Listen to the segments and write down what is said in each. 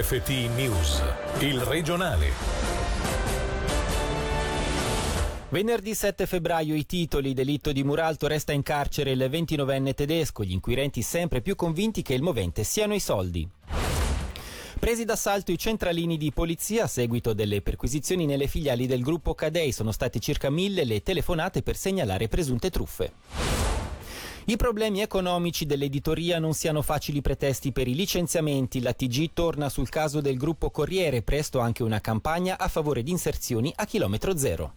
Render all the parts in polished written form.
TFT News, il regionale. Venerdì 7 febbraio i titoli: delitto di Muralto, resta in carcere il 29enne tedesco, gli inquirenti sempre più convinti che il movente siano i soldi. Presi d'assalto i centralini di polizia a seguito delle perquisizioni nelle filiali del gruppo Cadei, sono state circa 1000 le telefonate per segnalare presunte truffe. I problemi economici dell'editoria non siano facili pretesti per i licenziamenti. La TG torna sul caso del gruppo Corriere, presto anche una campagna a favore di inserzioni a chilometro zero.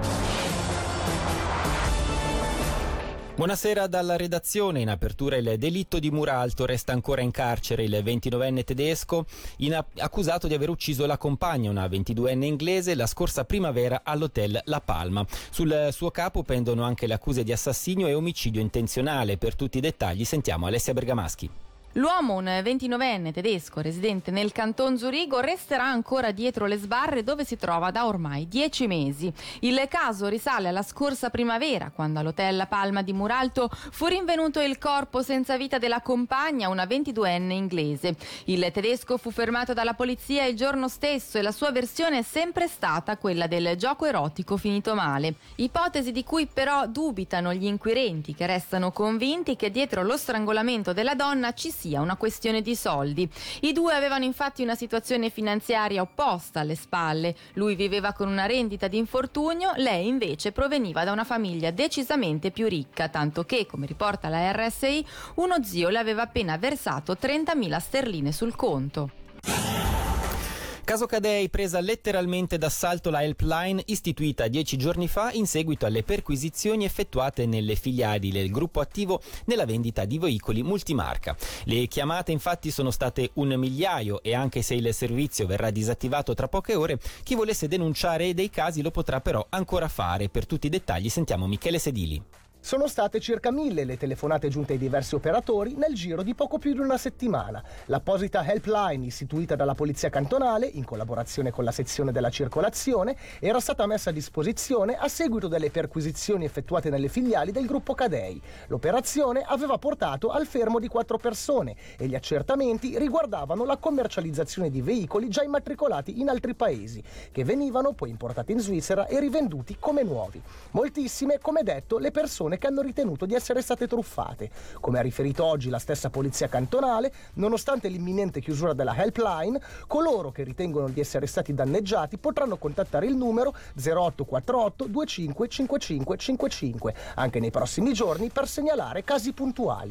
Buonasera dalla redazione. In apertura il delitto di Muralto, resta ancora in carcere il 29enne tedesco accusato di aver ucciso la compagna, una 22enne inglese, la scorsa primavera all'hotel La Palma. Sul suo capo pendono anche le accuse di assassinio e omicidio intenzionale. Per tutti i dettagli sentiamo Alessia Bergamaschi. L'uomo, un 29enne tedesco residente nel canton Zurigo, resterà ancora dietro le sbarre dove si trova da ormai 10 mesi. Il caso risale alla scorsa primavera, quando all'hotel La Palma di Muralto fu rinvenuto il corpo senza vita della compagna, una 22enne inglese. Il tedesco fu fermato dalla polizia il giorno stesso e la sua versione è sempre stata quella del gioco erotico finito male. Ipotesi di cui però dubitano gli inquirenti, che restano convinti che dietro lo strangolamento della donna ci sia una questione di soldi. I due avevano infatti una situazione finanziaria opposta alle spalle. Lui viveva con una rendita di infortunio, lei invece proveniva da una famiglia decisamente più ricca, tanto che, come riporta la RSI, uno zio le aveva appena versato 30.000 sterline sul conto. Caso Cadei, presa letteralmente d'assalto la helpline istituita 10 giorni fa in seguito alle perquisizioni effettuate nelle filiali del gruppo attivo nella vendita di veicoli multimarca. Le chiamate infatti sono state 1 migliaio e anche se il servizio verrà disattivato tra poche ore, chi volesse denunciare dei casi lo potrà però ancora fare. Per tutti i dettagli sentiamo Michele Sedili. Sono state circa 1000 le telefonate giunte ai diversi operatori nel giro di poco più di una settimana. L'apposita helpline istituita dalla Polizia Cantonale, in collaborazione con la sezione della circolazione, era stata messa a disposizione a seguito delle perquisizioni effettuate nelle filiali del gruppo Cadei. L'operazione aveva portato al fermo di 4 persone e gli accertamenti riguardavano la commercializzazione di veicoli già immatricolati in altri paesi, che venivano poi importati in Svizzera e rivenduti come nuovi. Moltissime, come detto, le persone che hanno ritenuto di essere state truffate. Come ha riferito oggi la stessa Polizia Cantonale, nonostante l'imminente chiusura della helpline, coloro che ritengono di essere stati danneggiati potranno contattare il numero 0848 25 55 55 anche nei prossimi giorni per segnalare casi puntuali.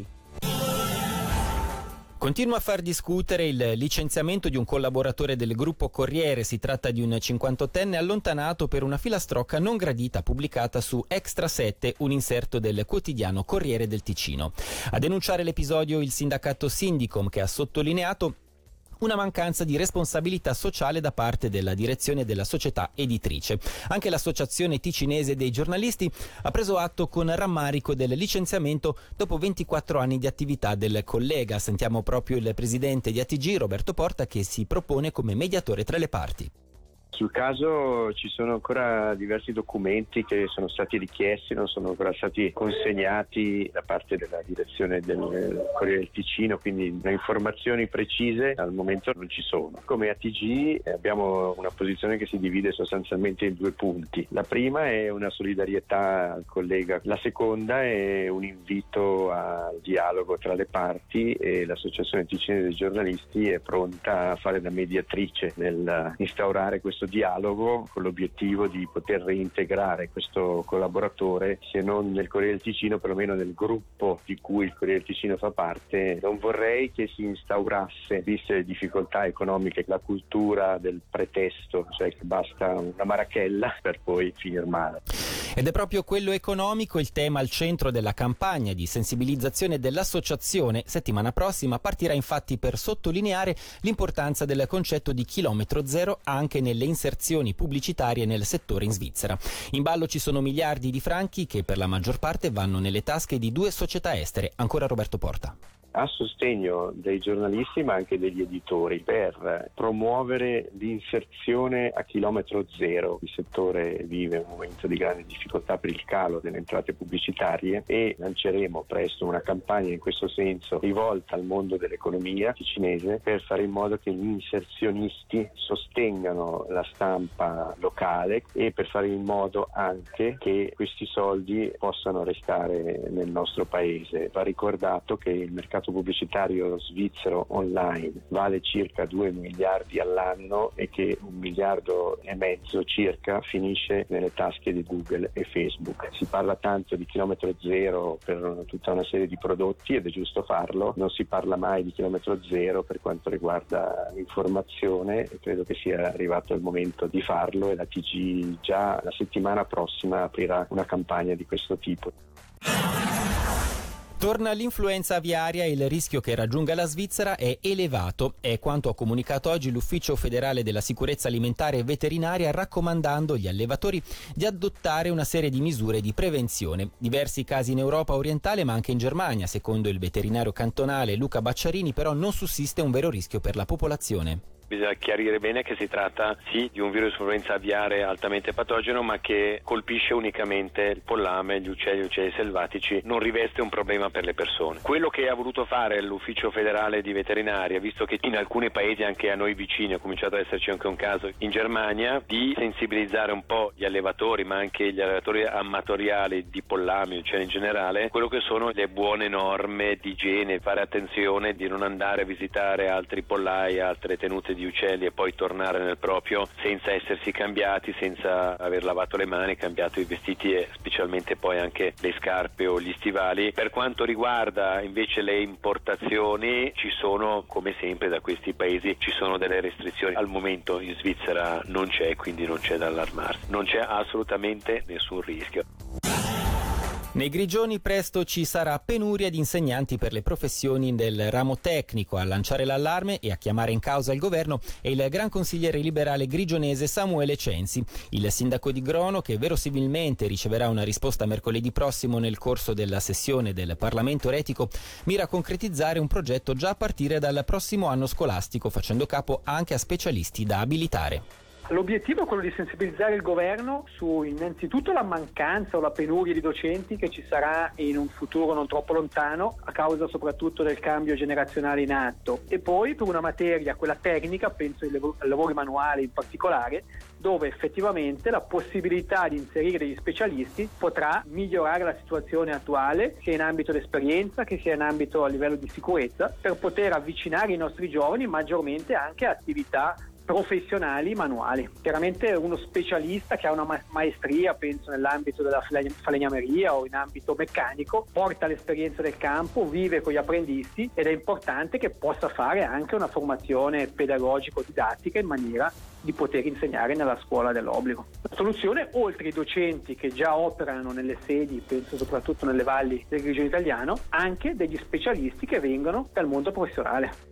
Continua a far discutere il licenziamento di un collaboratore del gruppo Corriere. Si tratta di un 58enne allontanato per una filastrocca non gradita pubblicata su Extra 7, un inserto del quotidiano Corriere del Ticino. A denunciare l'episodio il sindacato Sindicom, che ha sottolineato una mancanza di responsabilità sociale da parte della direzione della società editrice. Anche l'associazione ticinese dei giornalisti ha preso atto con rammarico del licenziamento dopo 24 anni di attività del collega. Sentiamo proprio il presidente di ATG, Roberto Porta, che si propone come mediatore tra le parti. Sul caso ci sono ancora diversi documenti che sono stati richiesti, non sono ancora stati consegnati da parte della direzione del Corriere del Ticino, quindi le informazioni precise al momento non ci sono. Come ATG abbiamo una posizione che si divide sostanzialmente in 2 punti. La prima è una solidarietà al collega, la seconda è un invito al dialogo tra le parti e l'Associazione Ticinese dei giornalisti è pronta a fare da mediatrice nel instaurare questo dialogo con l'obiettivo di poter reintegrare questo collaboratore, se non nel Corriere del Ticino, perlomeno nel gruppo di cui il Corriere del Ticino fa parte. Non vorrei che si instaurasse, viste le difficoltà economiche, la cultura del pretesto, cioè che basta una marachella per poi finir male. Ed è proprio quello economico il tema al centro della campagna di sensibilizzazione dell'associazione. Settimana prossima partirà infatti per sottolineare l'importanza del concetto di chilometro zero anche nelle inserzioni pubblicitarie nel settore in Svizzera. In ballo ci sono miliardi di franchi che per la maggior parte vanno nelle tasche di 2 società estere. Ancora Roberto Porta. a sostegno dei giornalisti ma anche degli editori per promuovere l'inserzione a chilometro zero. Il settore vive un momento di grande difficoltà per il calo delle entrate pubblicitarie e lanceremo presto una campagna in questo senso rivolta al mondo dell'economia ticinese per fare in modo che gli inserzionisti sostengano la stampa locale e per fare in modo anche che questi soldi possano restare nel nostro paese. Va ricordato che il mercato pubblicitario svizzero online vale circa 2 miliardi all'anno e che 1,5 miliardi circa finisce nelle tasche di Google e Facebook. Si parla tanto di chilometro zero per tutta una serie di prodotti ed è giusto farlo, non si parla mai di chilometro zero per quanto riguarda l'informazione e credo che sia arrivato il momento di farlo e la TG già la settimana prossima aprirà una campagna di questo tipo. Torna l'influenza aviaria e il rischio che raggiunga la Svizzera è elevato. È quanto ha comunicato oggi l'Ufficio federale della sicurezza alimentare e veterinaria, raccomandando agli allevatori di adottare una serie di misure di prevenzione. Diversi casi in Europa orientale ma anche in Germania. Secondo il veterinario cantonale Luca Bacciarini però non sussiste un vero rischio per la popolazione. Bisogna chiarire bene che si tratta sì di un virus influenza aviare altamente patogeno ma che colpisce unicamente il pollame, gli uccelli selvatici, non riveste un problema per le persone. Quello che ha voluto fare l'Ufficio federale di veterinaria, visto che in alcuni paesi anche a noi vicini è cominciato ad esserci anche un caso in Germania, di sensibilizzare un po' gli allevatori ma anche gli allevatori amatoriali di pollami, uccelli in generale, quello che sono le buone norme di igiene, fare attenzione di non andare a visitare altri pollai, altre tenute di uccelli e poi tornare nel proprio senza essersi cambiati, senza aver lavato le mani, cambiato i vestiti e specialmente poi anche le scarpe o gli stivali. Per quanto riguarda invece le importazioni, ci sono come sempre da questi paesi ci sono delle restrizioni. Al momento in Svizzera non c'è, quindi non c'è da allarmarsi, non c'è assolutamente nessun rischio. Nei Grigioni presto ci sarà penuria di insegnanti per le professioni del ramo tecnico. A lanciare l'allarme e a chiamare in causa il governo è il gran consigliere liberale grigionese Samuele Censi. Il sindaco di Grono, che verosimilmente riceverà una risposta mercoledì prossimo nel corso della sessione del Parlamento Retico, mira a concretizzare un progetto già a partire dal prossimo anno scolastico, facendo capo anche a specialisti da abilitare. L'obiettivo è quello di sensibilizzare il governo su innanzitutto la mancanza o la penuria di docenti che ci sarà in un futuro non troppo lontano a causa soprattutto del cambio generazionale in atto, e poi per una materia, quella tecnica, penso ai lavori manuali in particolare, dove effettivamente la possibilità di inserire degli specialisti potrà migliorare la situazione attuale, sia in ambito di esperienza che sia in ambito a livello di sicurezza, per poter avvicinare i nostri giovani maggiormente anche a attività professionali manuali. Chiaramente uno specialista che ha una maestria, penso nell'ambito della falegnameria o in ambito meccanico, porta l'esperienza del campo, vive con gli apprendisti ed è importante che possa fare anche una formazione pedagogico-didattica in maniera di poter insegnare nella scuola dell'obbligo. La soluzione, oltre ai docenti che già operano nelle sedi, penso soprattutto nelle valli del Grigione italiano, anche degli specialisti che vengono dal mondo professionale.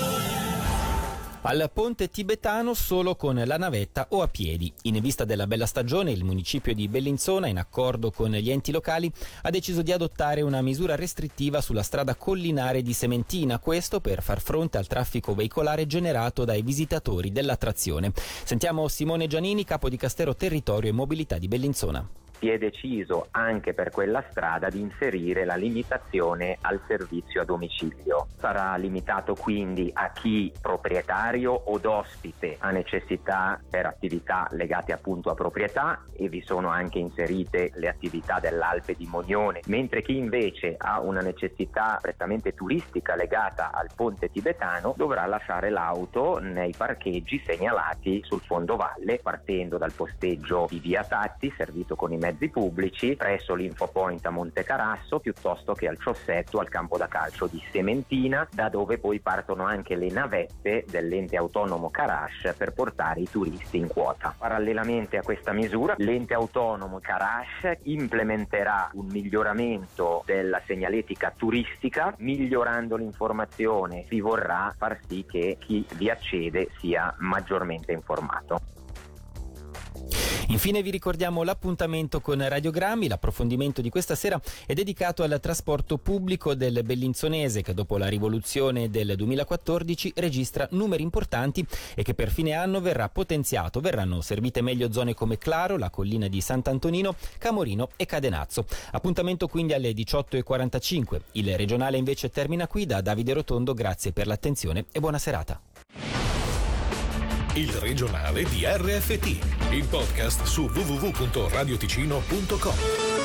Al ponte tibetano solo con la navetta o a piedi. In vista della bella stagione, il municipio di Bellinzona, in accordo con gli enti locali, ha deciso di adottare una misura restrittiva sulla strada collinare di Sementina, questo per far fronte al traffico veicolare generato dai visitatori dell'attrazione. Sentiamo Simone Giannini, capo di Castero Territorio e Mobilità di Bellinzona. Si è deciso anche per quella strada di inserire la limitazione al servizio a domicilio. Sarà limitato quindi a chi proprietario o ospite ha necessità per attività legate appunto a proprietà, e vi sono anche inserite le attività dell'Alpe di Mognone, mentre chi invece ha una necessità prettamente turistica legata al ponte tibetano dovrà lasciare l'auto nei parcheggi segnalati sul fondovalle, partendo dal posteggio di Via Tatti, servito con i mezzi pubblici, presso l'Infopoint a Monte Carasso, piuttosto che al ciossetto al campo da calcio di Sementina, da dove poi partono anche le navette dell'ente autonomo Carash per portare i turisti in quota. Parallelamente a questa misura, l'ente autonomo Carash implementerà un miglioramento della segnaletica turistica. Migliorando l'informazione si vorrà far sì che chi vi accede sia maggiormente informato. Infine vi ricordiamo l'appuntamento con Radiogrammi. L'approfondimento di questa sera è dedicato al trasporto pubblico del Bellinzonese, che dopo la rivoluzione del 2014 registra numeri importanti e che per fine anno verrà potenziato. Verranno servite meglio zone come Claro, la collina di Sant'Antonino, Camorino e Cadenazzo. Appuntamento quindi alle 18:45. Il regionale invece termina qui. Da Davide Rotondo, grazie per l'attenzione e buona serata. Il regionale di RFT, il podcast su www.radioticino.com.